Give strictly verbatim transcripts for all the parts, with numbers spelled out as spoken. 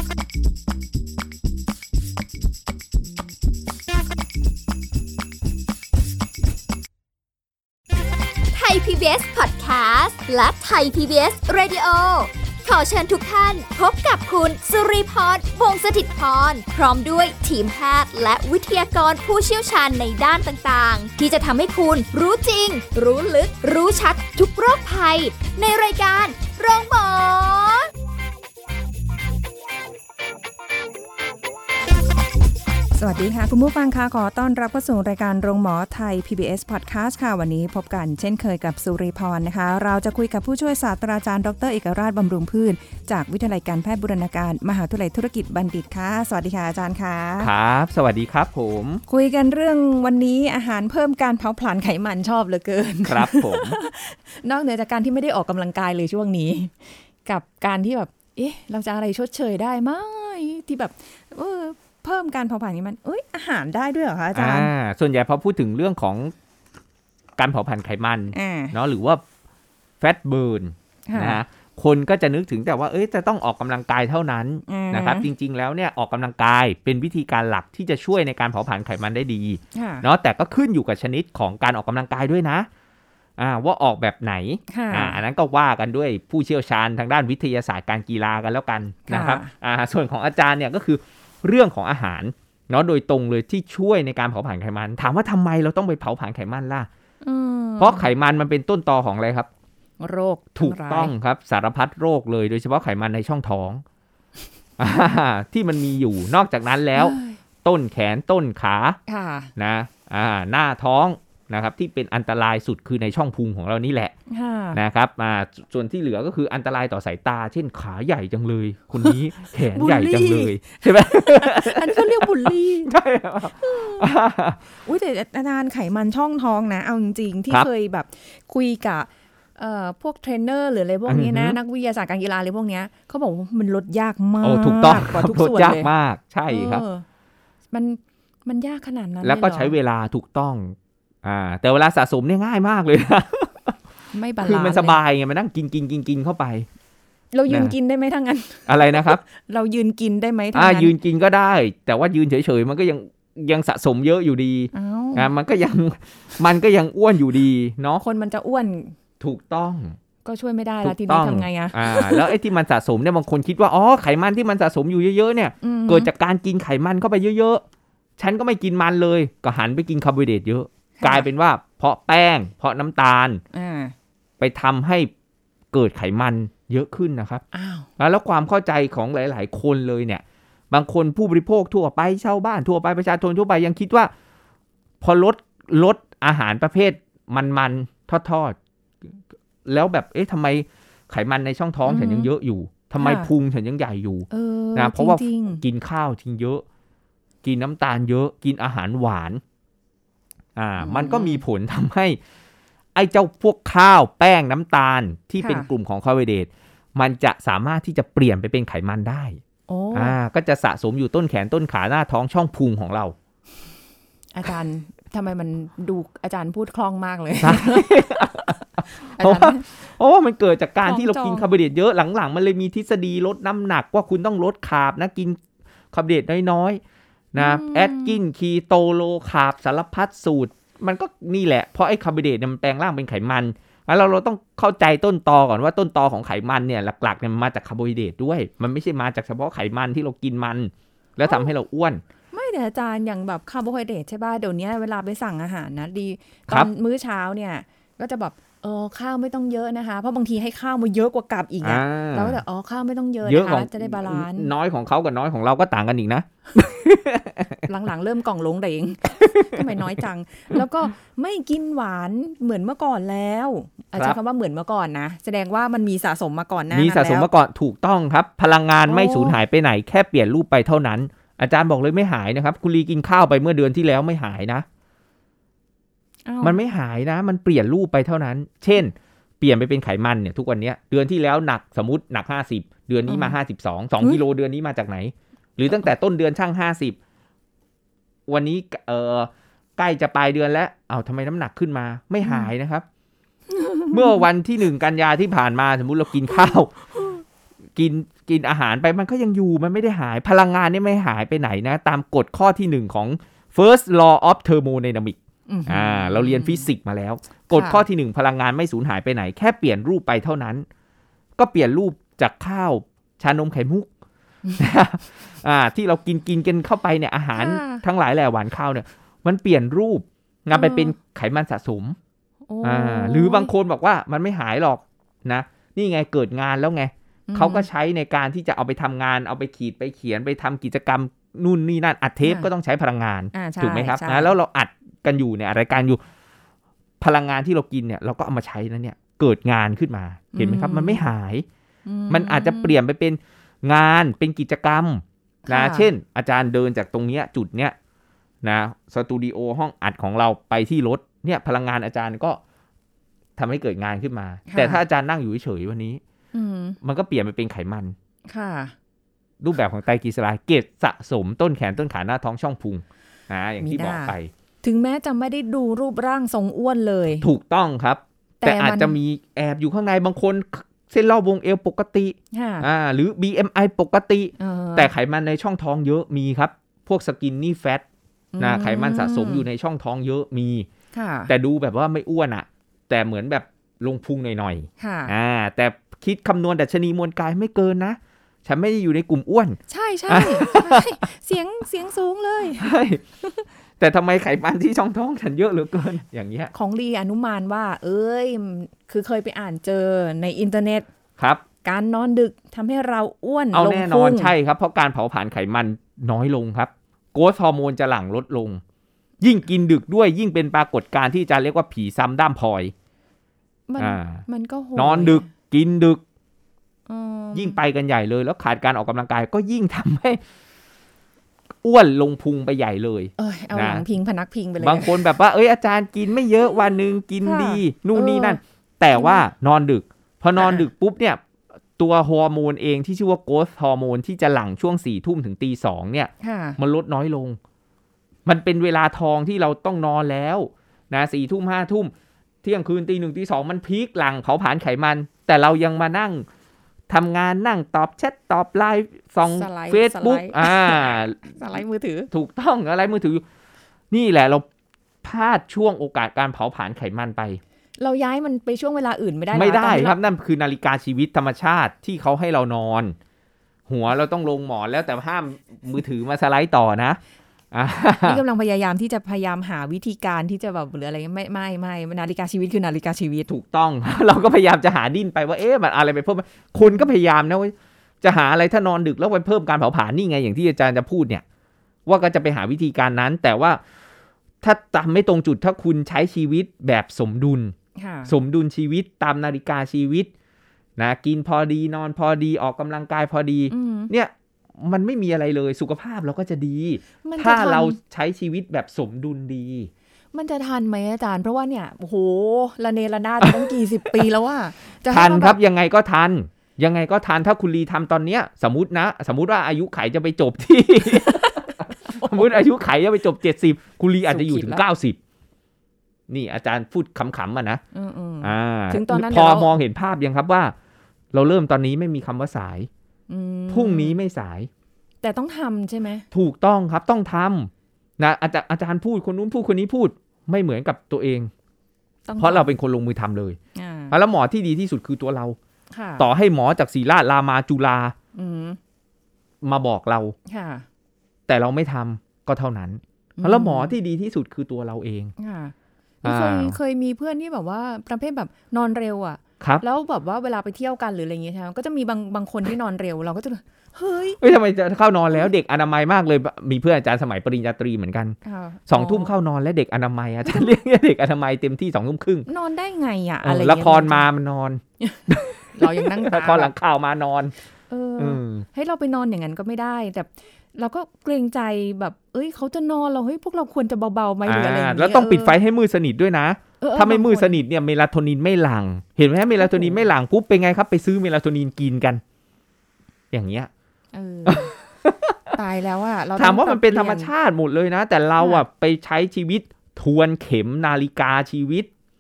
ไทย พี บี เอส Podcast และไทย พี บี เอส Radio ขอเชิญทุกท่านพบกับคุณสุริพร วงศ์สถิตพรพร้อมด้วยทีมแพทย์และวิทยากรผู้เชี่ยวชาญในด้านต่างๆที่จะทำให้คุณรู้จริงรู้ลึกรู้ชัดทุกโรคภัยในรายการโรงหมอสวัสดีค่ะคุณผู้ฟังค่ะขอต้อนรับเข้าสู่รายการโรงหมอไทย พี บี เอส Podcast ค่ะวันนี้พบกันเช่นเคยกับสุริพรนะคะเราจะคุยกับผู้ช่วยศาสตราจารย์ดรเอกราชบำรุงพืชจากวิทยาลัยการแพทย์บูรณาการมหาวิทยาลัยธุรกิจบัณฑิตค่ะสวัสดีค่ะอาจารย์ค่ะครับสวัสดีครับผมคุยกันเรื่องวันนี้อาหารเพิ่มการเผาผลาญไขมันชอบเหลือเกินครับผมนอกเหนือจากการที่ไม่ได้ออกกำลังกายเลยช่วงนี้กับการที่แบบเอ๊ะเราจะอะไรชดเชยได้ไหมที่แบบเออเพิ่มการเผาผลาญไขมันเอ้ยอาหารได้ด้วยเหรอคะอาจารย์อ่าส่วนใหญ่พอพูดถึงเรื่องของการเผาผลาญไขมันเนาะหรือว่าแฟตเบิร์นนะฮะคนก็จะนึกถึงแต่ว่าเอ้ยจะต้องออกกำลังกายเท่านั้นนะครับจริงๆแล้วเนี่ยออกกำลังกายเป็นวิธีการหลักที่จะช่วยในการเผาผลาญไขมันได้ดีเนาะแต่ก็ขึ้นอยู่กับชนิดของการออกกำลังกายด้วยนะอ่าว่าออกแบบไหนอ่าอันนั้นก็ว่ากันด้วยผู้เชี่ยวชาญทางด้านวิทยาศาสตร์การกีฬากันแล้วกันนะครับอ่าส่วนของอาจารย์เนี่ยก็คือเรื่องของอาหารเนาะโดยตรงเลยที่ช่วยในการเผาผลาญไขมันถามว่าทำไมเราต้องไปเผาผลาญไขมันล่ะเพราะไขมันมันเป็นต้นตอของอะไรครับโรคถูกต้องครับสารพัดโรคเลยโดยเฉพาะไขมันในช่องท้อง ที่มันมีอยู่นอกจากนั้นแล้วต้นแขนต้นขานะอ่าหน้าท้องนะครับที่เป็นอันตรายสุดคือในช่องพุงของเรานี่แหละนะครับอ่าส่วนที่เหลือก็คืออันตรายต่อสายตาเช่นขาใหญ่จังเลยคนนี้แขนใหญ่จังเลยใช่ไหมอันนี้เขาเรียกบุลลี่ใช่อุ้ยแต่อาจารย์ไขมันช่องท้องนะเอาจริงๆที่เคยแบบคุยกับเอ่อพวกเทรนเนอร์หรืออะไรพวกนี้นะนักวิทยาศาสตร์การกีฬาอะไรพวกนี้เขาบอกว่ามันลดยากมากถูกต้องกว่าทุกส่วนเลยลดยากมากใช่ครับมันมันยากขนาดนั้นแล้วก็ใช้เวลาถูกต้องอ่าแต่เวลาสะสมเนี่ยง่ายมากเลยนะไม่บาลานซ์คือมันสบายไงมันนั่งกินกินกินกินเข้าไปเรายืนกินได้ไหมทั้งนั้นอะไรนะครับเรายืนกินได้ไหมทั้งนั้นอ่ายืนกินก็ได้แต่ว่ายืนเฉยๆมันก็ยังยังสะสมเยอะอยู่ดีอ่ามันก็ยังมันก็ยังอ้วนอยู่ดีเนาะคนมันจะอ้วนถูกต้องก็ช่วยไม่ได้แล้วทีนี้ทำไงอ่ะอ่าแล้วไอ้ที่มันสะสมเนี่ยบางคนคิดว่าอ๋อไขมันที่มันสะสมอยู่เยอะๆเนี่ยเกิดจากการกินไขมันเข้าไปเยอะๆฉันก็ไม่กินมันเลยก็หันไปกินคาร์โบไฮเดรตเยอะกลายเป็นว่าเพราะแป้งเพราะน้ำตาลไปทำให้เกิดไขมันเยอะขึ้นนะครับแล้วความเข้าใจของหลายๆคนเลยเนี่ยบางคนผู้บริโภคทั่วไปชาวบ้านทั่วไปประชาชนทั่วไปยังคิดว่าพอลดลดอาหารประเภทมันๆทอดๆแล้วแบบเอ๊ะทำไมไขมันในช่องท้องฉันยังเยอะอยู่ทำไมพุงฉันยังใหญ่อยู่นะเพราะว่ากินข้าวทิ้งเยอะกินน้ำตาลเยอะกินอาหารหวานอ่ามันก็มีผลทำให้ไอ้เจ้าพวกข้าวแป้งน้ำตาลที่เป็นกลุ่มของคาร์โบไฮเดรตมันจะสามารถที่จะเปลี่ยนไปเป็นไขมันได้อ่าก็จะสะสมอยู่ต้นแขนต้นขาหน้าท้องช่องพุงของเราอาจารย์ทำไมมันดูอาจารย์พูดคล่องมากเลยเพราะว่าเพราะว่ามันเกิดจากการที่เรากินคาร์โบไฮเดรตเยอะหลังๆมันเลยมีทฤษฎีลดน้ำหนักว่าคุณต้องลดคาร์บนะกินคาร์โบไฮเดรตน้อยๆนะแอดกินคีโตโลคาร์บสารพัดสูตรมันก็นี่แหละเพราะไอ้คาร์โบไฮเดรตมันแปลงร่างเป็นไขมันแล้วเราเราต้องเข้าใจต้นตอก่อนว่าต้นตอของไขมันเนี่ยหลักๆเนี่ยมันมาจากคาร์โบไฮเดรตด้วยมันไม่ใช่มาจากเฉพาะไขมันที่เรากินมันแล้วทำให้เราอ้วนไม่แต่อาจารย์อย่างแบบคาร์โบไฮเดรตใช่ป่ะเดี๋ยวนี้เวลาไปสั่งอาหารนะดีตอนมื้อเช้าเนี่ยก็จะแบบเออข้าวไม่ต้องเยอะนะคะเพราะบางทีให้ข้าวมาเยอะกว่ากับอีกอ่ะแล้วแต่อ๋อข้าวไม่ต้องเยอะนะคะจะได้บาลานซ์น้อยของเขากับน้อยของเราก็ต่างกันอีกนะหลังๆเริ่มกล่องลงเองทำไมน้อยจังแล้วก็ไม่กินหวานเหมือนเมื่อก่อนแล้วอาจารย์คำว่าเหมือนเมื่อก่อนนะแสดงว่ามันมีสะสมมาก่อนหน้านั้นมีสะสมมาก่อนถูกต้องครับพลังงานไม่สูญหายไปไหนแค่เปลี่ยนรูปไปเท่านั้นอาจารย์บอกเลยไม่หายนะครับคุณลีกินข้าวไปเมื่อเดือนที่แล้วไม่หายนะมันไม่หายนะมันเปลี่ยนรูปไปเท่านั้นเช่นเปลี่ยนไปเป็นไขมันเนี่ยทุกวันนี้เดือนที่แล้วหนักสมมุติหนักห้าสิบเดือนนี้มาห้าสิบสอง สองกิโลเดือนนี้มาจากไหนหรือตั้งแต่ต้นเดือนช่างห้าสิบวันนี้เอ่อใกล้จะปลายเดือนแล้วอ้าวทำไมน้ำหนักขึ้นมาไม่หายนะครับ เมื่อวันที่หนึ่งกันยาที่ผ่านมาสมมุติเรากินข้าวกินกินอาหารไปมันก็ยังอยู่มันไม่ได้หายพลังงานนี่ไม่หายไปไหนนะตามกฎข้อที่หนึ่งของ first law of thermodynamics อ่าเราเรียนฟิสิกส์มาแล้วกฎข้อที่หนึ่งพลังงานไม่สูญหายไปไหนแค่เปลี่ยนรูปไปเท่านั้นก็เปลี่ยนรูปจากข้าวชานมไข่มุกอ่าที่เรากินกินกันเข้าไปเนี่ยอาหารทั้งหลายแหล่หวานข้าวเนี่ยมันเปลี่ยนรูปงานไปเป็นไขมันสะสมอ่าหรือบางคนบอกว่ามันไม่หายหรอกนะนี่ไงเกิดงานแล้วไงเขาก็ใช้ในการที่จะเอาไปทำงานเอาไปขีดไปเขียนไปทำกิจกรรมนู่นนี่นั่นอัดเทปก็ต้องใช้พลังงานถูกไหมครับนะแล้วเราอัดกันอยู่เนี่ยรายการอยู่พลังงานที่เรากินเนี่ยเราก็เอามาใช้นั้นเนี่ยเกิดงานขึ้นมาเห็นไหมครับมันไม่หายมันอาจจะเปลี่ยนไปเป็นงานเป็นกิจกรรมนะเช่นอาจารย์เดินจากตรงเนี้ยจุดเนี้ยนะสตูดิโอห้องอัดของเราไปที่รถเนี่ยพลังงานอาจารย์ก็ทำให้เกิดงานขึ้นมาแต่ถ้าอาจารย์นั่งอยู่เฉยๆวันนี้มันก็เปลี่ยนไปเป็นไขมันค่ะรูปแบบของไตรกลีเซอไรด์เก็บสะสมต้นแขนต้นขาหน้าท้องช่องพุงนะอย่างที่บอกไปถึงแม้จะไม่ได้ดูรูปร่างทรงอ้วนเลยถูกต้องครับแต่อาจจะมีแอบอยู่ข้างในบางคนเส้นรอบวงเอวปกติอ่าหรือ บี เอ็ม ไอ ปกติแต่ไขมันในช่องท้องเยอะมีครับพวกสกินนี่แฟตนะไขมันสะสมอยู่ในช่องท้องเยอะมีแต่ดูแบบว่าไม่อ้วนอ่ะแต่เหมือนแบบลงพุงหน่อยๆอ่าแต่คิดคำนวณดัชนีมวลกายไม่เกินนะฉันไม่ได้อยู่ในกลุ่มอ้วนใช่ใช่เสียงเสียงสูงเลยใช่แต่ทำไมไขมันที่ช่องท้องฉันเยอะเหลือเกินอย่างเงี้ยของลีอนุมานว่าเอ้ยคือเคยไปอ่านเจอในอินเทอร์เน็ตครับการนอนดึกทำให้เราอ้วนเอาแน่นอนใช่ครับเพราะการเผาผลาญไขมันน้อยลงครับโกรทฮอร์โมนจะหลั่งลดลงยิ่งกินดึกด้วยยิ่งเป็นปรากฏการณ์ที่จะเรียกว่าผีซ้ำด้ามพลอยมันมันก็นอนดึกกินดึกยิ่งไปกันใหญ่เลยแล้วขาดการออกกำลังกายก็ยิ่งทำให้อ้วนลงพุงไปใหญ่เลยเออเอาหลังพิงพนักพิงไปเลยบางคนแบบว่าเอ้ยอาจารย์กินไม่เยอะวันนึงกินดีนู่นนี่นั่นแต่ว่านอนดึกพอนอนดึกปุ๊บเนี่ยตัวฮอร์โมนเองที่ชื่อว่าโกรทฮอร์โมนที่จะหลั่งช่วงสี่ทุ่มถึงตีสองเนี่ยมันลดน้อยลงมันเป็นเวลาทองที่เราต้องนอนแล้วนะสี่ทุ่มห้าทุ่มเที่ยงคืนตีหนึ่งตีสองมันพีคหลั่งเผาผลาญไขมันแต่เรายังมานั่งทำงานนั่งตอบแชทตอบไลน์ส่องเฟซบุ๊กอ่าสไลด์มือถือถูกต้องอะไรมือถือนี่แหละเราพลาดช่วงโอกาสการเผาผลาญไขมันไปเราย้ายมันไปช่วงเวลาอื่นไม่ได้ไม่ได้ครับนั่นคือนาฬิกาชีวิตธรรมชาติที่เขาให้เรานอนหัวเราต้องลงหมอนแล้วแต่ห้ามมือถือมาสไลด์ต่อนะนี่กำลังพยายามที่จะพยายามหาวิธีการที่จะแบบหรืออะไรไม่ไม่ไม่นาฬิกาชีวิตคือนาฬิกาชีวิตถูกต้องเราก็พยายามจะหาดิ้นไปว่าเอ๊ะมันอะไรไปเพิ่มคนก็พยายามนะว่าจะหาอะไรถ้านอนดึกแล้วไปเพิ่มการเผาผลาญนี่ไงอย่างที่อาจารย์จะพูดเนี่ยว่าก็จะไปหาวิธีการนั้นแต่ว่าถ้าตามไม่ตรงจุดถ้าคุณใช้ชีวิตแบบสมดุลสมดุลชีวิตตามนาฬิกาชีวิตนะกินพอดีนอนพอดีออกกำลังกายพอดีเนี่ยมันไม่มีอะไรเลยสุขภาพเราก็จะดีถ้าเราใช้ชีวิตแบบสมดุลดีมันจะทันไหมอาจารย์เพราะว่าเนี่ยโอ้โหระเนระนาดตั้งกี่สิบปีแล้วว่าทันครับยังไงก็ทันยังไงก็ทันถ้าคุณลีทำตอนเนี้ยสมมุตินะสมมุติว่าอายุไขจะไปจบที่ สมมุติอายุไขจะไปจบเจ็ดสิบคุณลีอาจจะอยู่ถึงเก้าสิบนี่อาจารย์พูดขำๆอ่ะนะอ่าถึงตอนนั้นพอมองเห็นภาพยังครับว่าเราเริ่มตอนนี้ไม่มีคำว่าสายพรุ่งนี้ไม่สายแต่ต้องทำใช่ไหมถูกต้องครับต้องทำนะอาจารย์อาจารย์พูดคนนู้นพูดคนนี้พูดไม่เหมือนกับตัวเองเพราะเราเป็นคนลงมือทำเลยแล้วหมอที่ดีที่สุดคือตัวเราต่อให้หมอจากศิริราชรามาจุฬามาบอกเราแต่เราไม่ทำก็เท่านั้นแล้วหมอที่ดีที่สุดคือตัวเราเองเคยเคยมีเพื่อนที่แบบว่าประเภทแบบนอนเร็วอ่ะแล้วแบบว่าเวลาไปเที่ยวกันหรืออะไรอย่างเงี้ยใช่ไหมก็จะมีบางบางคนที่นอนเร็วเราก็จะเฮ้ยเฮ้ยทำไมจะเข้านอนแล้วเด็กอนามัยมากเลยมีเพื่อนอาจารย์สมัยปริญญาตรีเหมือนกันสองทุ่มเข้านอนและเด็กอนามัยอาจารย์เรียกเด็กอนามัยเต็มที่สองทุ่มครึ่งนอนได้ไงอ่ะอะไรละครมามันนอนเรายังนั่งละครหลังข่าวมานอนเออให้เราไปนอนอย่างนั้นก็ไม่ได้แต่เราก็เกรงใจแบบเอ้ยเขาจะนอนเราเฮ้ยพวกเราควรจะเบาๆไหมหรืออะไรอย่างเงี้ยแล้วต้องปิดไฟให้มืดสนิทด้วยนะถ้าไม่มืดสนิทเนี่ยเมลาโทนินไม่หลั่งเห็นไหมเมลาโทนินไม่หลั่งปุ๊บเป็นไงครับไปซื้อเมลาโทนินกินกันอย่างเงี้ยตายแล้วอ่ะถามว่ามันเป็นธรรมชาติหมดเลยนะแต่เราอ่ะไปใช้ชีวิตทวนเข็มนาฬิกาชีวิต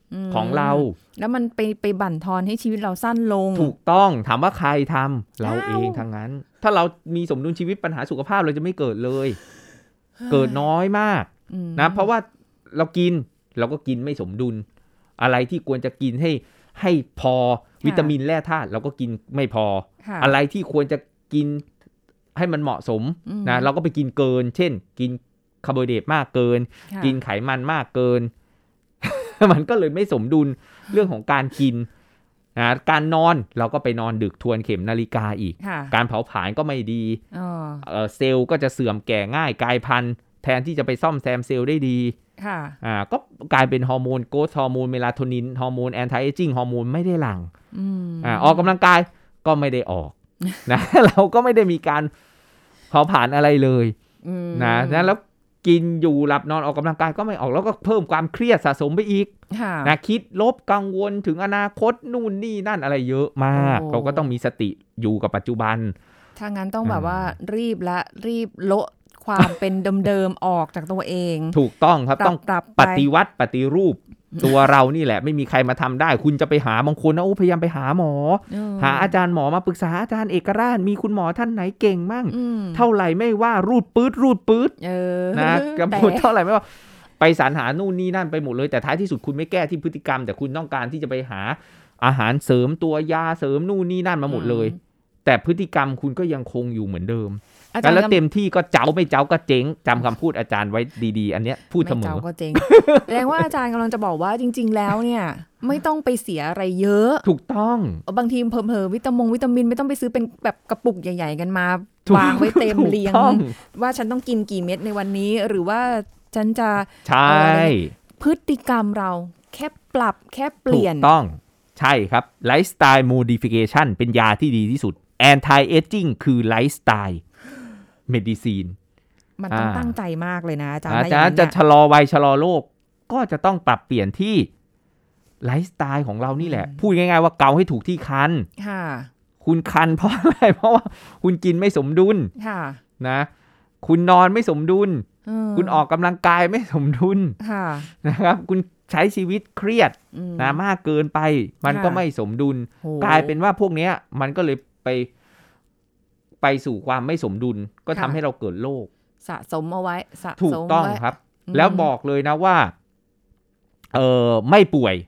ของเราแล้วมันไปไปบั่นทอนให้ชีวิตเราสั้นลงถูกต้องถามว่าใครทำเราเองทั้งนั้นถ้าเรามีสมดุลชีวิตปัญหาสุขภาพเราจะไม่เกิดเลยเกิดน้อยมากนะเพราะว่าเรากินเราก็กินไม่สมดุลอะไรที่ควรจะกินให้ให้พอวิตามินแร่ธาตุเราก็กินไม่พออะไรที่ควรจะกินให้มันเหมาะสมนะเราก็ไปกินเกินเช่นกินคาร์โบไฮเดรตมากเกินกินไขมันมากเกิน มันก็เลยไม่สมดุลเรื่องของการกินนะการนอนเราก็ไปนอนดึกทวนเข็มนาฬิกาอีกการเผาผลาญก็ไม่ดีเอ่อเซลล์ก็จะเสื่อมแก่ง่ายกลายพันธุ์แทนที่จะไปซ่อมแซมเซลล์ได้ดีอ่าก็กลายเป็นฮอร์โมนโกรทฮอร์โมนเมลาโทนินฮอร์โมนแอนตี้เอจจิ้งฮอร์โมนไม่ได้หลั่งอ่าออกกำลังกายก็ไม่ได้ออกนะ เราก็ไม่ได้มีการเผาผลาญอะไรเลยนะนะแล้วกินอยู่หลับนอนออกกำลังกายก็ไม่ออกแล้วก็เพิ่มความเครียดสะสมไปอีกนะคิดลบกังวลถึงอนาคตนู่นนี่นั่นอะไรเยอะมากเราก็ต้องมีสติอยู่กับปัจจุบันถ้างั้นต้องแบบว่ารีบและรีบโละความเป็นเดิมๆออกจากตัวเองถูกต้องครับต้องปฏิวัติปฏิรูปตัวเรานี่แหละไม่มีใครมาทำได้คุณจะไปหาบางคนนะโอ้พยายามไปหาหมอหาอาจารย์หมอมาปรึกษาอาจารย์เอกราชมีคุณหมอท่านไหนเก่งมั่งเท่าไหร่ไม่ว่ารูดปื๊ดรูดปื๊ดนะกำพูดเท่าไหร่ไม่ว่าไปสรรหานู่นนี่นั่นไปหมดเลยแต่ท้ายที่สุดคุณไม่แก้ที่พฤติกรรมแต่คุณต้องการที่จะไปหาอาหารเสริมตัวยาเสริมนู่นนี่นั่นมาหมดเลยแต่พฤติกรรมคุณก็ยังคงอยู่เหมือนเดิมแล้วเต็มที่ก็เจ้าไม่เจ้าก็เจ๊งจำคำพูดอาจารย์ไว้ดีๆอันเนี้ยพูดเสมอไม่เจ้าก็เจ๊งแสดงว่าอาจารย์กำลังจะบอกว่าจริงๆแล้วเนี่ยไม่ต้องไปเสียอะไรเยอะถูกต้องบางทีเผลอๆวิตามินวิตามินไม่ต้องไปซื้อเป็นแบบกระปุกใหญ่ๆกันมาวางไว้เต็มเรียงว่าฉันต้องกินกี่เม็ดในวันนี้หรือว่าฉันจะใช่พฤติกรรมเราแค่ปรับแค่เปลี่ยนถูกต้องใช่ครับไลฟ์สไตล์โมดิฟิเคชันเป็นยาที่ดีที่สุดแอนตี้เอจจิ้งคือไลฟ์สไตล์เมดิซีนมันต้องตั้งใจมากเลยนะอาจารย์อาจารย์จะชะลอวัยชะลอโรคก็จะต้องปรับเปลี่ยนที่ไลฟ์สไตล์ของเรานี่แหละพูดง่ายๆว่าเกาให้ถูกที่คันคุณคันเพราะอะไรเพราะว่าคุณกินไม่สมดุลนะคุณนอนไม่สมดุลคุณออกกำลังกายไม่สมดุลนะครับคุณใช้ชีวิตเครียดนะมากเกินไปมันก็ไม่สมดุลกลายเป็นว่าพวกนี้มันก็เลยไปไปสู่ความไม่สมดุลก็ทำให้เราเกิดโรคสะสมเอาไว้สะสมถูกต้องครับแล้วบอกเลยนะว่าเออไม่ป่วย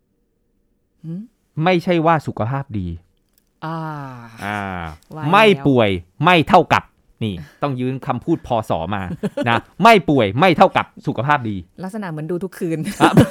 ไม่ใช่ว่าสุขภาพดีอ่าอ่าไม่ป่วยไม่เท่ากับนี่ต้องยืนคำพูดพศมานะไม่ป่วยไม่เท่ากับสุขภาพดีลักษณะเหมือนดูทุกคืน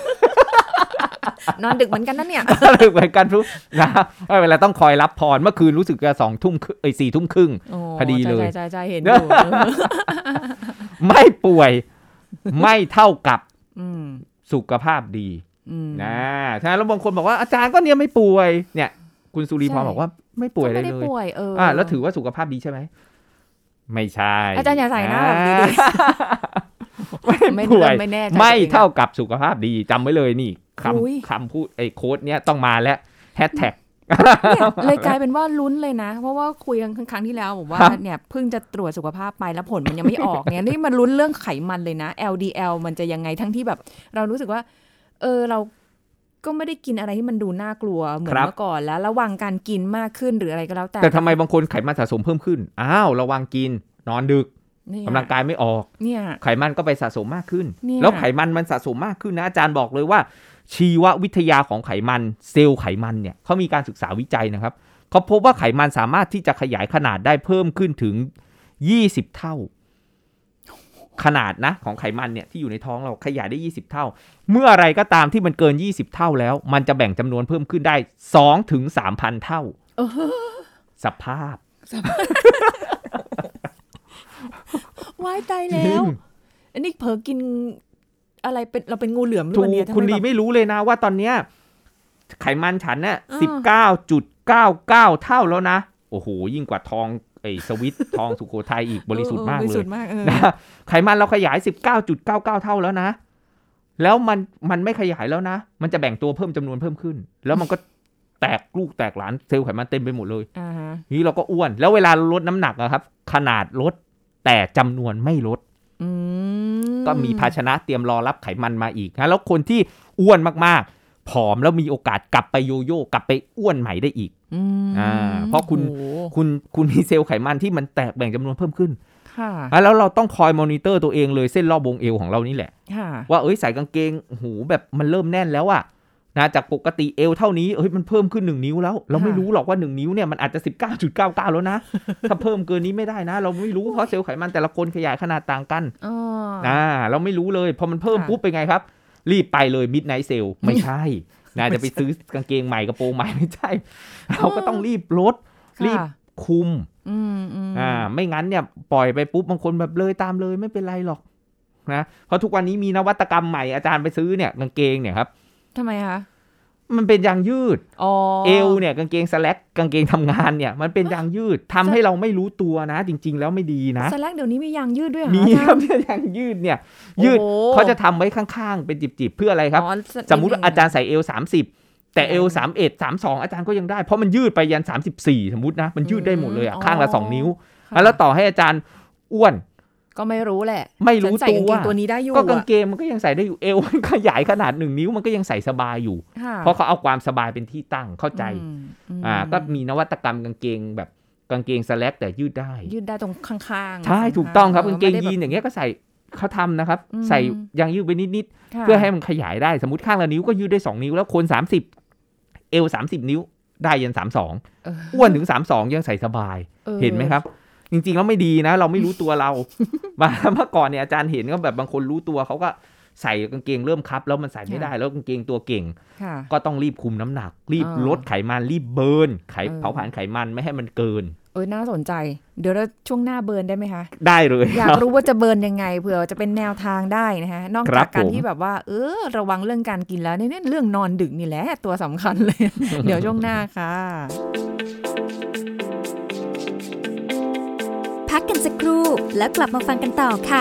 นอนดึกเหมือนกันนั่นเนี่ยดึกเหมือนกันทุกนะเวลาต้องคอยรับพรเมื่อคืนรู้สึกจะสองทุ่มเอ้ยสี่ทุ่มครึ่งพอดีเลยใช่ใช่เห็นอยู่ไม่ป่วยไม่เท่ากับสุขภาพดีนะฉะนั้นแล้วบางคนบอกว่าอาจารย์ก็เนี่ยไม่ป่วยเนี่ยคุณสุรีพรบอกว่าไม่ป่วยเลยเลยอ่าแล้วถือว่าสุขภาพดีใช่ไหมไม่ใช่อาจารย์อย่าใส่หน้าแบบนี้ไม่ป่วยไม่เท่ากับสุขภาพดีจำไว้เลยนี่คำคำพูดไอ้โค้ดเนี้ยต้องมาแล้วแฮชแท็กเลยกลายเป็นว่าลุ้นเลยนะเพราะว่าคุยกันครั้งที่แล้วบอกว่าเนี่ยเพิ่งจะตรวจสุขภาพไปแล้วผลมันยังไม่ออกเนี่ยนี่มันลุ้นเรื่องไขมันเลยนะ แอล ดี แอล มันจะยังไงทั้งที่แบบเรารู้สึกว่าเออเราก็ไม่ได้กินอะไรที่มันดูน่ากลัวเหมือนเมื่อก่อนแล้วระวังการกินมากขึ้นหรืออะไรก็แล้วแต่แต่ทำไมบางคนไขมันสะสมเพิ่มขึ้นอ้าวระวังกินนอนดึกกำลังกายไม่ออกไขมันก็ไปสะสมมากขึ้นแล้วไขมันมันสะสมมากขึ้นนะอาจารย์บอกเลยว่าชีววิทยาของไขมันเซลล์ไขมันเนี่ยเขามีการศึกษาวิจัยนะครับเขาพบว่าไขมันสามารถที่จะขยายขนาดได้เพิ่มขึ้นถึงยี่สิบเท่าขนาดนะของไขมันเนี่ยที่อยู่ในท้องเราขยายได้ยี่สิบเท่าเมื่ออะไรก็ตามที่มันเกินยี่สิบเท่าแล้วมันจะแบ่งจำนวนเพิ่มขึ้นได้ สองถึงสามพัน เท่าสภาพว้ายตายแล้วอันนี้เผลอกินอะไรเป็นเราเป็นงูเหลือมหรือวันนี้คุณดีไม่รู้เลยนะว่าตอนเนี้ยไขมันฉันเนี่ย สิบเก้าจุดเก้าเก้า เท่าแล้วนะโอ้โหยิ่งกว่าทองไอ้สวิตทองสุโขทัยอีกบริสุทธิ์มากเลยนะไขมันเราขยาย สิบเก้าจุดเก้าเก้า เท่าแล้วนะแล้วมันมันไม่ขยายแล้วนะมันจะแบ่งตัวเพิ่มจำนวนเพิ่มขึ้นแล้วมันก็แตกลูกแตกหลานเซลล์ไขมันเต็มไปหมดเลยนี่เราก็อ้วนแล้วเวลาลดน้ำหนักอะครับขนาดลดแต่จำนวนไม่ลดก็มีภาชนะเตรียมรอรับไขมันมาอีกนะแล้วคนที่อ้วนมากๆผอมแล้วมีโอกาสกลับไปโยโย่กลับไปอ้วนใหม่ได้อีกอ่าเพราะคุณคุณคุณมีเซลล์ไขมันที่มันแตกแบ่งจำนวนเพิ่มขึ้นค่ะแล้วเราต้องคอยมอนิเตอร์ตัวเองเลยเส้นรอบวงเอวของเรานี่แหละว่าเอ้ยใส่กางเกงหูแบบมันเริ่มแน่นแล้วอะนะจากปกติเอวเท่านี้เอ้ยมันเพิ่มขึ้นหนึ่งนิ้วแล้วเราไม่รู้หรอกว่าหนึ่งนิ้วเนี่ยมันอาจจะ สิบเก้าจุดเก้าเก้า แล้วนะถ้าเพิ่มเกินนี้ไม่ได้นะเราไม่รู้เพราะเซลล์ไขมันแต่ละคนขยายขนาดต่างกันอ่าเราไม่รู้เลยพอมันเพิ่มปุ๊บเป็นไงครับรีบไปเลยมิดไนท์เซลไม่ใช่นะจะไปซื้อกางเกงใหม่กระโปรงใหม่ไม่ใช่เราก็ต้องรีบลดรีบคุมอ่าไม่งั้นเนี่ยปล่อยไปปุ๊บบางคนแบบเลยตามเลยไม่เป็นไรหรอกนะเพราะทุกวันนี้มีนวัตกรรมใหม่อาจารย์ไปซื้อเนี่ยกางเกงเนี่ยครับทำไมคะมันเป็นยางยืดเอวเนี่ยกางเกงสแลกกางเกงทำงานเนี่ยมันเป็นยางยืดทำให้เราไม่รู้ตัวนะจริงๆแล้วไม่ดีนะสแลกเดี๋ยวนี้มียางยืดด้วยเหรอมีครับยางยืดเนี่ยยืดเขาจะทำไว้ข้างๆเป็นจิบๆเพื่ออะไรครับสมมุติอาจารย์ใส่เอวสามสิบแต่เอวสามสิบเอ็ด สามสิบสองอาจารย์ก็ยังได้เพราะมันยืดไปยันสามสิบสี่สมมุตินะมันยืดได้หมดเลยอ่ะข้างละสองนิ้วแล้วต่อให้อาจารย์อ้วนก็ไม่รู้แหละไม่รู้ตัวว่าตัวนี้ได้อยู่ก็กางเกงมันก็ยังใส่ได้อยู่เอวมันขยายขนาดหนึ่งนิ้วมันก็ยังใส่สบายอยู่เพราะเขาเอาความสบายเป็นที่ตั้งเข้าใจอ่าก็มีนวัตกรรมกางเกงแบบกางเกงสแลกแต่ยืดได้ยืดได้ตรงข้างๆใช่ถูกต้องครับกางเกงยีนอย่างเงี้ยก็ใส่เขาทำนะครับใส่ยางยืดไปนิดๆเพื่อให้มันขยายได้สมมติข้างละนิ้วก็ยืดได้สองนิ้วแล้วคนสามสิบเอวสามสิบนิ้วได้ยันสามสิบสองอ้วนถึงสามสิบสองยังใส่สบายเห็นไหมครับจริงๆแล้วไม่ดีนะเราไม่รู้ตัวเรามาเมื่อก่อนเนี่ยอาจารย์เห็นก็แบบบางคนรู้ตัวเขาก็ใส่กางเกงเริ่มคับแล้วมันใส่ไม่ได้แล้วกางเกงตัวเก่งก็ต้องรีบคุมน้ำหนักรีบลดไขมันรีบเบิร์นไขเผาผลาญไขมันไม่ให้มันเกินเออน่าสนใจเดี๋ยวเราช่วงหน้าเบิร์นได้ไหมคะได้เลยอยากรู้ว่าจะเบิร์นยังไงเผื่อจะเป็นแนวทางได้นะคะนอกจากการที่แบบว่าเออระวังเรื่องการกินแล้วเนี่ยเรื่องนอนดึกนี่แหละตัวสำคัญเลย เดี๋ยวช่วงหน้าค่ะพักกันสักครู่แล้วกลับมาฟังกันต่อค่ะ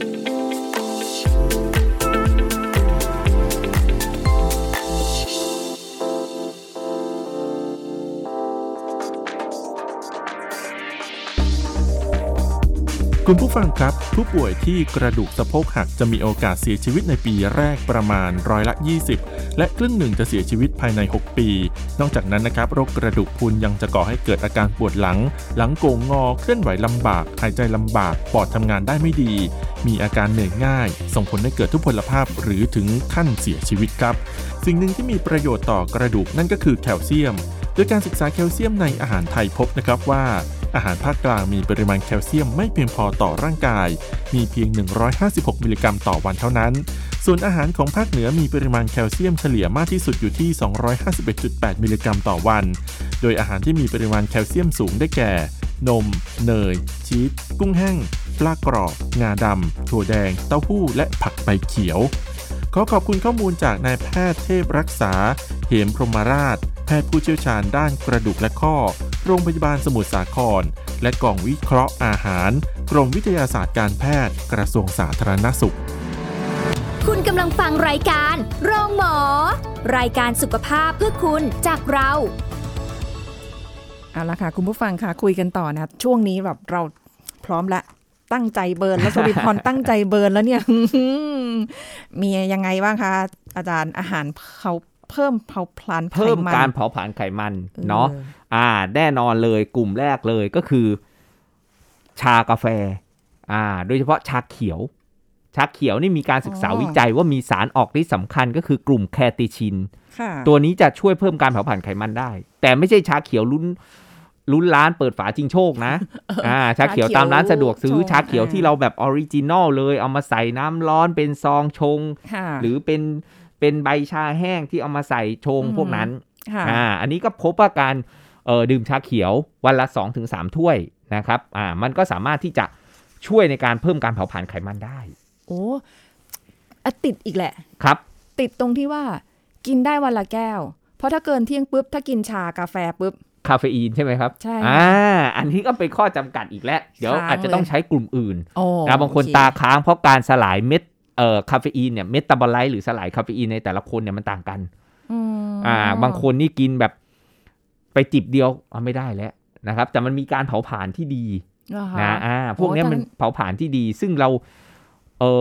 คุณผู้ฟังครับผู้ป่วยที่กระดูกสะโพกหักจะมีโอกาสเสียชีวิตในปีแรกประมาณร้อยละยี่สิบและครึ่งหนึ่งจะเสียชีวิตภายในหกปีนอกจากนั้นนะครับโรคกระดูกพรุนยังจะก่อให้เกิดอาการปวดหลังหลังโก่งงอเคลื่อนไหวลำบากหายใจลำบากปอดทำงานได้ไม่ดีมีอาการเหนื่อยง่ายส่งผลให้เกิดทุพพลภาพหรือถึงขั้นเสียชีวิตครับสิ่งหนึ่งที่มีประโยชน์ต่อกระดูกนั่นก็คือแคลเซียมโดยการศึกษาแคลเซียมในอาหารไทยพบนะครับว่าอาหารภาคกลางมีปริมาณแคลเซียมไม่เพียงพอต่อร่างกายมีเพียงหนึ่งร้อยห้าสิบหกมิลลิกรัมต่อวันเท่านั้นส่วนอาหารของภาคเหนือมีปริมาณแคลเซียมเฉลี่ยมากที่สุดอยู่ที่สองร้อยห้าสิบเอ็ดจุดแปดมิลลิกรัมต่อวันโดยอาหารที่มีปริมาณแคลเซียมสูงได้แก่นมเนยชีสกุ้งแห้งปลากรอบงาดำถั่วแดงเต้าหู้และผักใบเขียวขอขอบคุณข้อมูลจากนายแพทย์เทพรักษาเหมพรหมราชแพทย์ผู้เชี่ยวชาญด้านกระดูกและข้อโรงพยาบาลสมุทรสาครและกองวิเคราะห์อาหารกรมวิทยาศาสตร์การแพทย์กระทรวงสาธารณสุขคุณกำลังฟังรายการโรงหมอรายการสุขภาพเพื่อคุณจากเราเอาละค่ะคุณผู้ฟังค่ะคุยกันต่อนะช่วงนี้แบบเราพร้อมละตั้งใจเบิร์นแล้วสุริพรตั้งใจเบิร์นแล้วเนี่ย มียังไงบ้างคะอาจารย์อาหารเขาเพิ่มเผาผลาญไขมันเพิ่มการเผาผลาญไขมันเนาะอ่าแน่นอนเลยกลุ่มแรกเลยก็คือชากาแฟอ่าโดยเฉพาะชาเขียวชาเขียวนี่มีการศึกษาวิจัยว่ามีสารออกฤทธิ์สำคัญก็คือกลุ่มแคติชินตัวนี้จะช่วยเพิ่มการเผาผลาญไขมันได้แต่ไม่ใช่ชาเขียวลุ้นลุ้นร้านเปิดฝาชิงโชคนะอ่าชาเขียวตามร้านสะดวกซื้อชาเขียวที่เราแบบออริจินอลเลยเอามาใส่น้ำร้อนเป็นซองชงหรือเป็นเป็นใบชาแห้งที่เอามาใส่ชงพวกนั้นอ่าอันนี้ก็พบว่าการเอ่อดื่มชาเขียววันละ สองถึงสาม ถ้วยนะครับอ่ามันก็สามารถที่จะช่วยในการเพิ่มการเผาผลาญไขมันได้โอ้อะติดอีกแหละครับติดตรงที่ว่ากินได้วันละแก้วเพราะถ้าเกินเที่ยงปุ๊บถ้ากินชากาแฟปุ๊บคาเฟอีนใช่ไหมครับใช่อ่าอันนี้ก็เป็นข้อจำกัดอีกแล้วเดี๋ยวอาจจะต้องใช้กลุ่มอื่นนะบางคนตาค้างเพราะการสลายเม็ดเอ่อคาเฟอีนเนี่ยเมตาบอไลต์หรือสลายคาเฟอีนในแต่ละคนเนี่ยมันต่างกันอ่าบางคนนี่กินแบบไปจิบเดียวเอาไม่ได้แล้วนะครับแต่มันมีการเผาผลาญที่ดีนะอ่าพวกนี้มันเผาผลาญที่ดีซึ่งเราเออ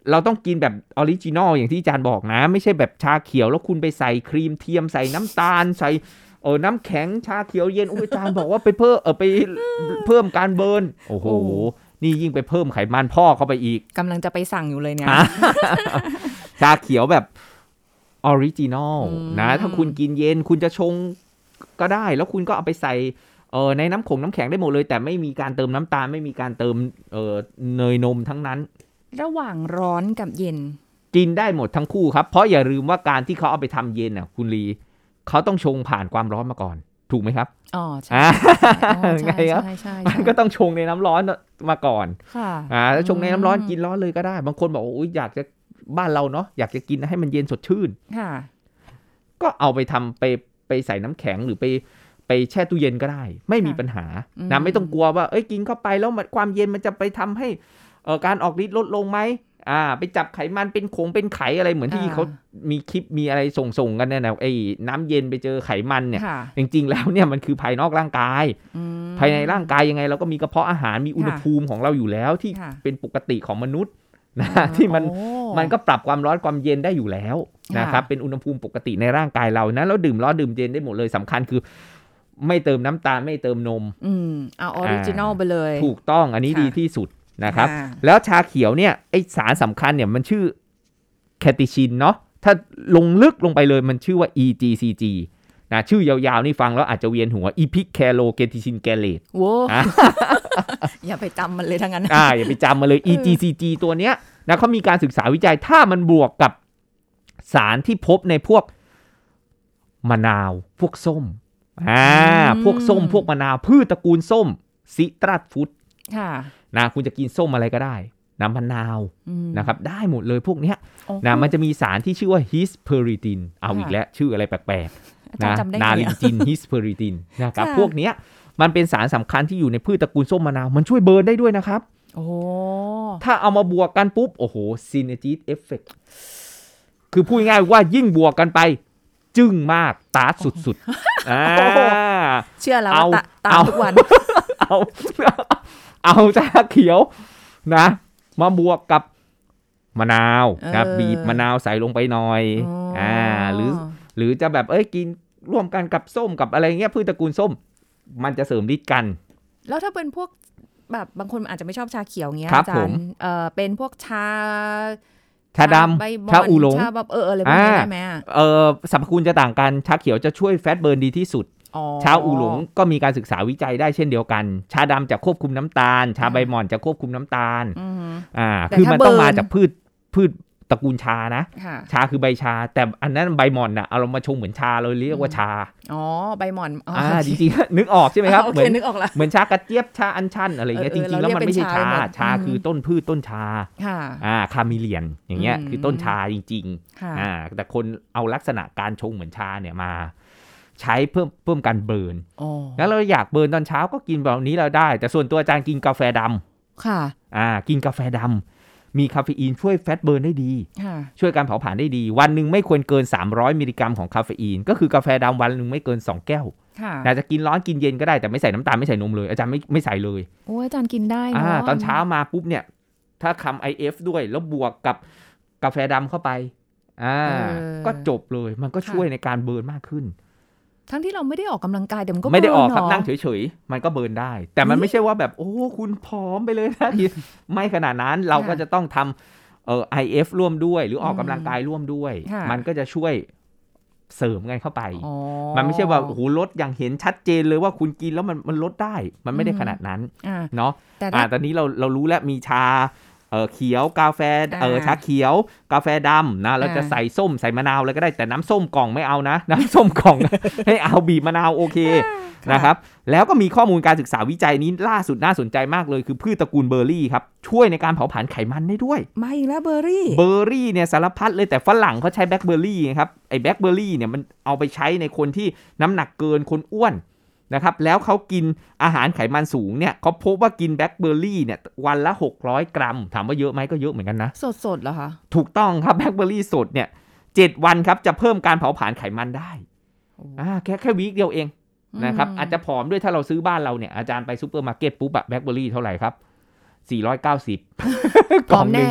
เราต้องกินแบบออริจินอลอย่างที่อาจารย์บอกนะไม่ใช่แบบชาเขียวแล้วคุณไปใส่ครีมเทียมใส่น้ำตาลใส่เออน้ำแข็งชาเขียวเย็นอุ๊ยอาจารย์บอกว่าไปเพิ่มเออไปเพิ่มการเบิร์นโอ้โหนี่ยิ่งไปเพิ่มไขมันพ่อเข้าไปอีกกำลังจะไปสั่งอยู่เลยเนี่ยชาเขียวแบบออริจินอลนะถ้าคุณกินเย็นคุณจะชงก็ได้แล้วคุณก็เอาไปใส่เออในน้ำผงน้ำแข็งได้หมดเลยแต่ไม่มีการเติมน้ำตาลไม่มีการเติมเออเนยนมทั้งนั้นระหว่างร้อนกับเย็นกินได้หมดทั้งคู่ครับเพราะอย่าลืมว่าการที่เขาเอาไปทำเย็นอ่ะคุณลีเขาต้องชงผ่านความร้อนมาก่อนถูกไหมครับอ๋อใช่ไงครับมันก็ต้องชงในน้ำร้อนมาก่อนค่ะอ่าแล้วชงในน้ำร้อนกินร้อนเลยก็ได้บางคนบอกว่าอยากจะบ้านเราเนาะอยากจะกินให้มันเย็นสดชื่นค่ะก็เอาไปทำไปไปใส่น้ำแข็งหรือไปไปแช่ตู้เย็นก็ได้ไม่มีปัญหานะไม่ต้องกลัวว่าเอ้ยกินเข้าไปแล้วความเย็นมันจะไปทำให้เอ่อการออกฤทธิ์ลดลงไหมอ่าไปจับไขมันเป็นคงเป็นไขอะไรเหมือนที่เขามีคลิปมีอะไรส่งๆกันเนี่ยนะไอ้น้ำเย็นไปเจอไขมันเนี่ยจริงๆแล้วเนี่ยมันคือภายนอกร่างกายภายในร่างกายยังไงเราก็มีกระเพาะอาหารมีอุณหภูมิของเราอยู่แล้วที่เป็นปกติของมนุษย์นะที่มันมันก็ปรับความร้อนความเย็นได้อยู่แล้วนะครับเป็นอุณหภูมิปกติในร่างกายเรานะแล้วดื่มร้อนดื่มเย็นได้หมดเลยสำคัญคือไม่เติมน้ำตาลไม่เติมนมอืมเอาออริจินอลไปเลยถูกต้องอันนี้ดีที่สุดนะครับแล้วชาเขียวเนี่ยไอสารสำคัญเนี่ยมันชื่อแคทิชินเนาะถ้าลงลึกลงไปเลยมันชื่อว่า อี จี ซี จี นะชื่อยาวๆนี่ฟังแล้วอาจจะเวียนหัว Epic Calo Getisin Gallate โว้อย่าไปจำมันเลยทั้งนั้นอ่าอย่าไปจำมันเลย อี จี ซี จี ตัวเนี้ยนะเขามีการศึกษาวิจัยถ้ามันบวกกับสารที่พบในพวกมะนาวพวกส้มอ่าพวกส้มพวกมะนาวพืชตระกูลส้มซิตรัสฟรุตค่ะนะคุณจะกินส้มอะไรก็ได้น้ำมะนาวนะครับได้หมดเลยพวกเนี้ยนะมันจะมีสารที่ชื่อว่าฮิสเพอริตินเอาอีกแล้วชื่ออะไรแปลกๆนะนาลินจินฮิสเพอริตินนะครับพวกเนี้ยมันเป็นสารสำคัญที่อยู่ในพืชตระกูลส้มมะนาวมันช่วยเบิร์นได้ด้วยนะครับโอ้ถ้าเอามาบวกกันปุ๊บโอ้โหซินเนจิสเอฟเฟคคือพูดง่ายว่ายิ่งบวกกันไปจึ้งมากตาสุดๆอ่าเชื่อแล้วว่าตาทุกวันเอาเอาชาเขียวนะมาบวกกับมะนาวนะบีบมะนาวใส่ลงไปหน่อยอ่าหรือหรือจะแบบเอ้ยกินร่วมกันกับส้มกับอะไรเงี้ยพืชตระกูลส้มมันจะเสริมฤทธิ์กันแล้วถ้าเป็นพวกแบบบางคนอาจจะไม่ชอบชาเขียวเงี้ยอาจารย์เออเป็นพวกชาชาดำชาอูหลงชาแบบเอออะไรพวกนี้ได้ไหมเออสรรพคุณจะต่างกันชาเขียวจะช่วยแฟตเบิร์นดีที่สุดชาอูหลงก็มีการศึกษาวิจัยได้เช่นเดียวกันชาดำจะควบคุมน้ำตาลชาใบหม่อนจะควบคุมน้ำตาลอ่าคือมันต้องมาจากพืชพืชตระกูลชานะชาคือใบชาแต่อันนั้นใบหม่อนน่ะเอาเรามาชงเหมือนชาเราเรียกว่าชาอ๋อใบหม่อนอ่าจริงๆนึกออกใช่ไหมครับเหมือนนึกออกละเหมือนชากระเจี๊ยบชาอัญชันอะไรเงี้ยจริงๆแล้วมันไม่ใช่ชาชาคือต้นพืชต้นชาอ่าคาเมเลียนอย่างเงี้ยคือต้นชาจริงๆอ่าแต่คนเอาลักษณะการชงเหมือนชาเนี่ยมาใช้เพิ่มเพิ่มการเบิร์นแล้วเราอยากเบิร์นตอนเช้าก็กินแบบนี้เราได้แต่ส่วนตัวอาจารย์กินกาแฟดำค่ะอ่ากินกาแฟดำมีคาเฟอีนช่วยแฟตเบิร์นได้ดีช่วยการเผาผลาญได้ดีวันหนึ่งไม่ควรเกินสามร้อยมิลลิกรัมของคาเฟอีนก็คือกาแฟดำวันหนึ่งไม่เกินสองแก้วอาจจะกินร้อนกินเย็นก็ได้แต่ไม่ใส่น้ำตาลไม่ใส่นมเลยอาจารย์ไม่ไม่ใส่เลยโอ้อาจารย์กินได้เนาะตอนเช้ามาปุ๊บเนี่ยถ้าทำ ไอ เอฟ ด้วยแล้วบวกกับกาแฟดำเข้าไปอ่าก็จบเลยมันก็ช่วยในการเบิร์นมากขึ้นทั้งที่เราไม่ได้ออกกำลังกายแต่มันก็ไม่ได้ออกครับนั่งเฉยๆมันก็เบิร์นได้แต่มันไม่ใช่ว่าแบบโอ้คุณผอมไปเลยนะไม่ขนาดนั้นเราก็จะต้องทำเอ่อ ไอ เอฟ ร่วมด้วยหรือออกกำลังกายร่วมด้วยมันก็จะช่วยเสริมกันเข้าไปมันไม่ใช่ว่าโอ้โหลดอย่างเห็นชัดเจนเลยว่าคุณกินแล้วมันมันลดได้มันไม่ได้ขนาดนั้นเนาะแต่ตอนนี้เราเรารู้แล้วมีชาเออเขียวกาแฟเออชาเขียวกาแฟดำนะเราจะใส่ส้มใส่มะนาวอะไรก็ได้แต่น้ำส้มกล่องไม่เอานะน้ำส้มกล่องให้เอาบีบมะนาวโอเคนะครับแล้วก็มีข้อมูลการศึกษาวิจัยนี้ล่าสุดน่าสนใจมากเลยคือพืชตระกูลเบอร์รี่ครับช่วยในการเผาผลาญไขมันได้ด้วยมาอีกแล้วเบอร์รี่เบอร์รี่เนี่ยสารพัดเลยแต่ฝรั่งเขาใช้แบล็คเบอร์รี่ครับไอ้แบล็คเบอร์รี่เนี่ยมันเอาไปใช้ในคนที่น้ำหนักเกินคนอ้วนนะครับแล้วเขากินอาหารไขมันสูงเนี่ยเขาพบว่ากินแบล็คเบอร์รี่เนี่ยวันละหกร้อยกรัมถามว่าเยอะไหมก็เยอะเหมือนกันนะสดๆเหรอคะถูกต้องครับแบล็คเบอร์รี่สดเนี่ยเจ็ดวันครับจะเพิ่มการเผาผลาญไขมันได้อ่าแค่แค่วีคเดียวเองนะครับอาจจะผอมด้วยถ้าเราซื้อบ้านเราเนี่ยอาจารย์ไปซูเปอร์มาร์เก็ตปุ๊บอะแบล็คเบอร์รี่เท่าไหร่ครับสี่ร้อยเก้าสิบผอมแน่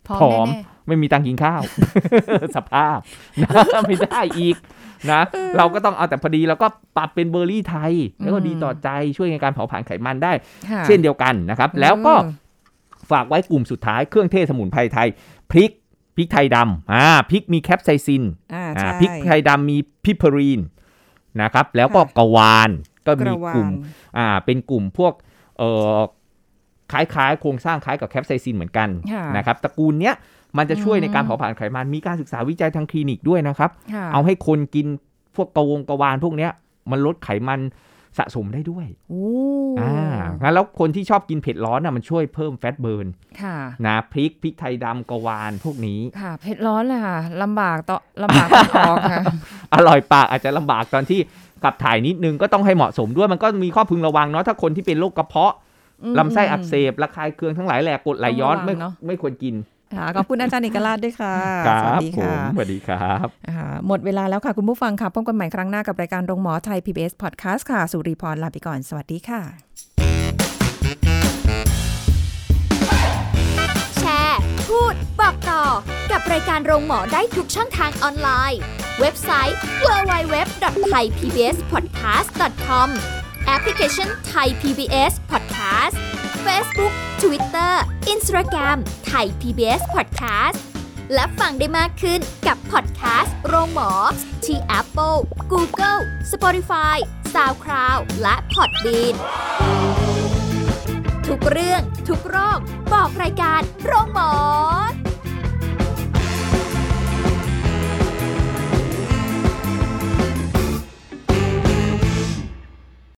ผอมไม่มีตังค์กินข้าว สภาพนะไม่ได้อีกนะเราก็ต้องเอาแต่พอดีแล้วก็ปรับเป็นเบอร์รี่ไทยแล้วก็ดีต่อใจช่วยในการเผาผลาญไขมันได้เช่นเดียวกันนะครับแล้วก็ฝากไว้กลุ่มสุดท้ายเครื่องเทศสมุนไพรไทยพริกพริกไทยดำอ่าพริกมีแคปไซซินอ่าพริกไทยดำมีพิพารีนนะครับแล้วก็กวานก็มีกลุ่มอ่าเป็นกลุ่มพวกเอ่อคล้ายๆโครงสร้างคล้ายกับแคปไซซินเหมือนกันนะครับตระกูลเนี้ยมันจะช่วยในการเผาผลาญไขมันมีการศึกษาวิจัยทางคลินิกด้วยนะครับเอาให้คนกินพวกกระวงกระวานพวกเนี้ยมันลดไขมันสะสมได้ด้วยอ่างั้นแล้วคนที่ชอบกินเผ็ดร้อนน่ะมันช่วยเพิ่มแฟตเบิร์นนะพริกพริกไทยดำกวานพวกนี้ค่ะเผ็ดร้อนเลยค่ะลำบากต่อลำบากท้องค่ะอร่อยปากอาจจะลำบากตอนที่ขับถ่ายนิดนึงก็ต้องให้เหมาะสมด้วยมันก็มีข้อพึงระวังเนาะถ้าคนที่เป็นโรคกระเพาะลำไส้อักเสบระคายเคืองทั้งหลายแหละกรดไหลย้อนไม่ไม่ควรกินขอบคุณอาจารย์เอกราชด้วยค่ะสวัสดีค่ะสวัสดีครับหมดเวลาแล้วค่ะคุณผู้ฟังค่ะพบกันใหม่ครั้งหน้ากับรายการโรงหมอไทย พี บี เอส Podcast ค่ะสุริพรลาไปก่อนสวัสดีค่ะแชร์พูดบอกต่อกับรายการโรงหมอได้ทุกช่องทางออนไลน์เว็บไซต์ ดับเบิลยู ดับเบิลยู ดับเบิลยู ดอท ไทย พี บี เอส พอดแคสต์ ดอท คอม แอปพลิเคชัน Thai พี บี เอส Podcast Facebook Twitter Instagram Thai พี บี เอส Podcast และฟังได้มากขึ้นกับ Podcast โรงหมอที่ Apple, Google, Spotify, SoundCloud และ Podbean ทุกเรื่องทุกโรคบอกรายการโรงหมอ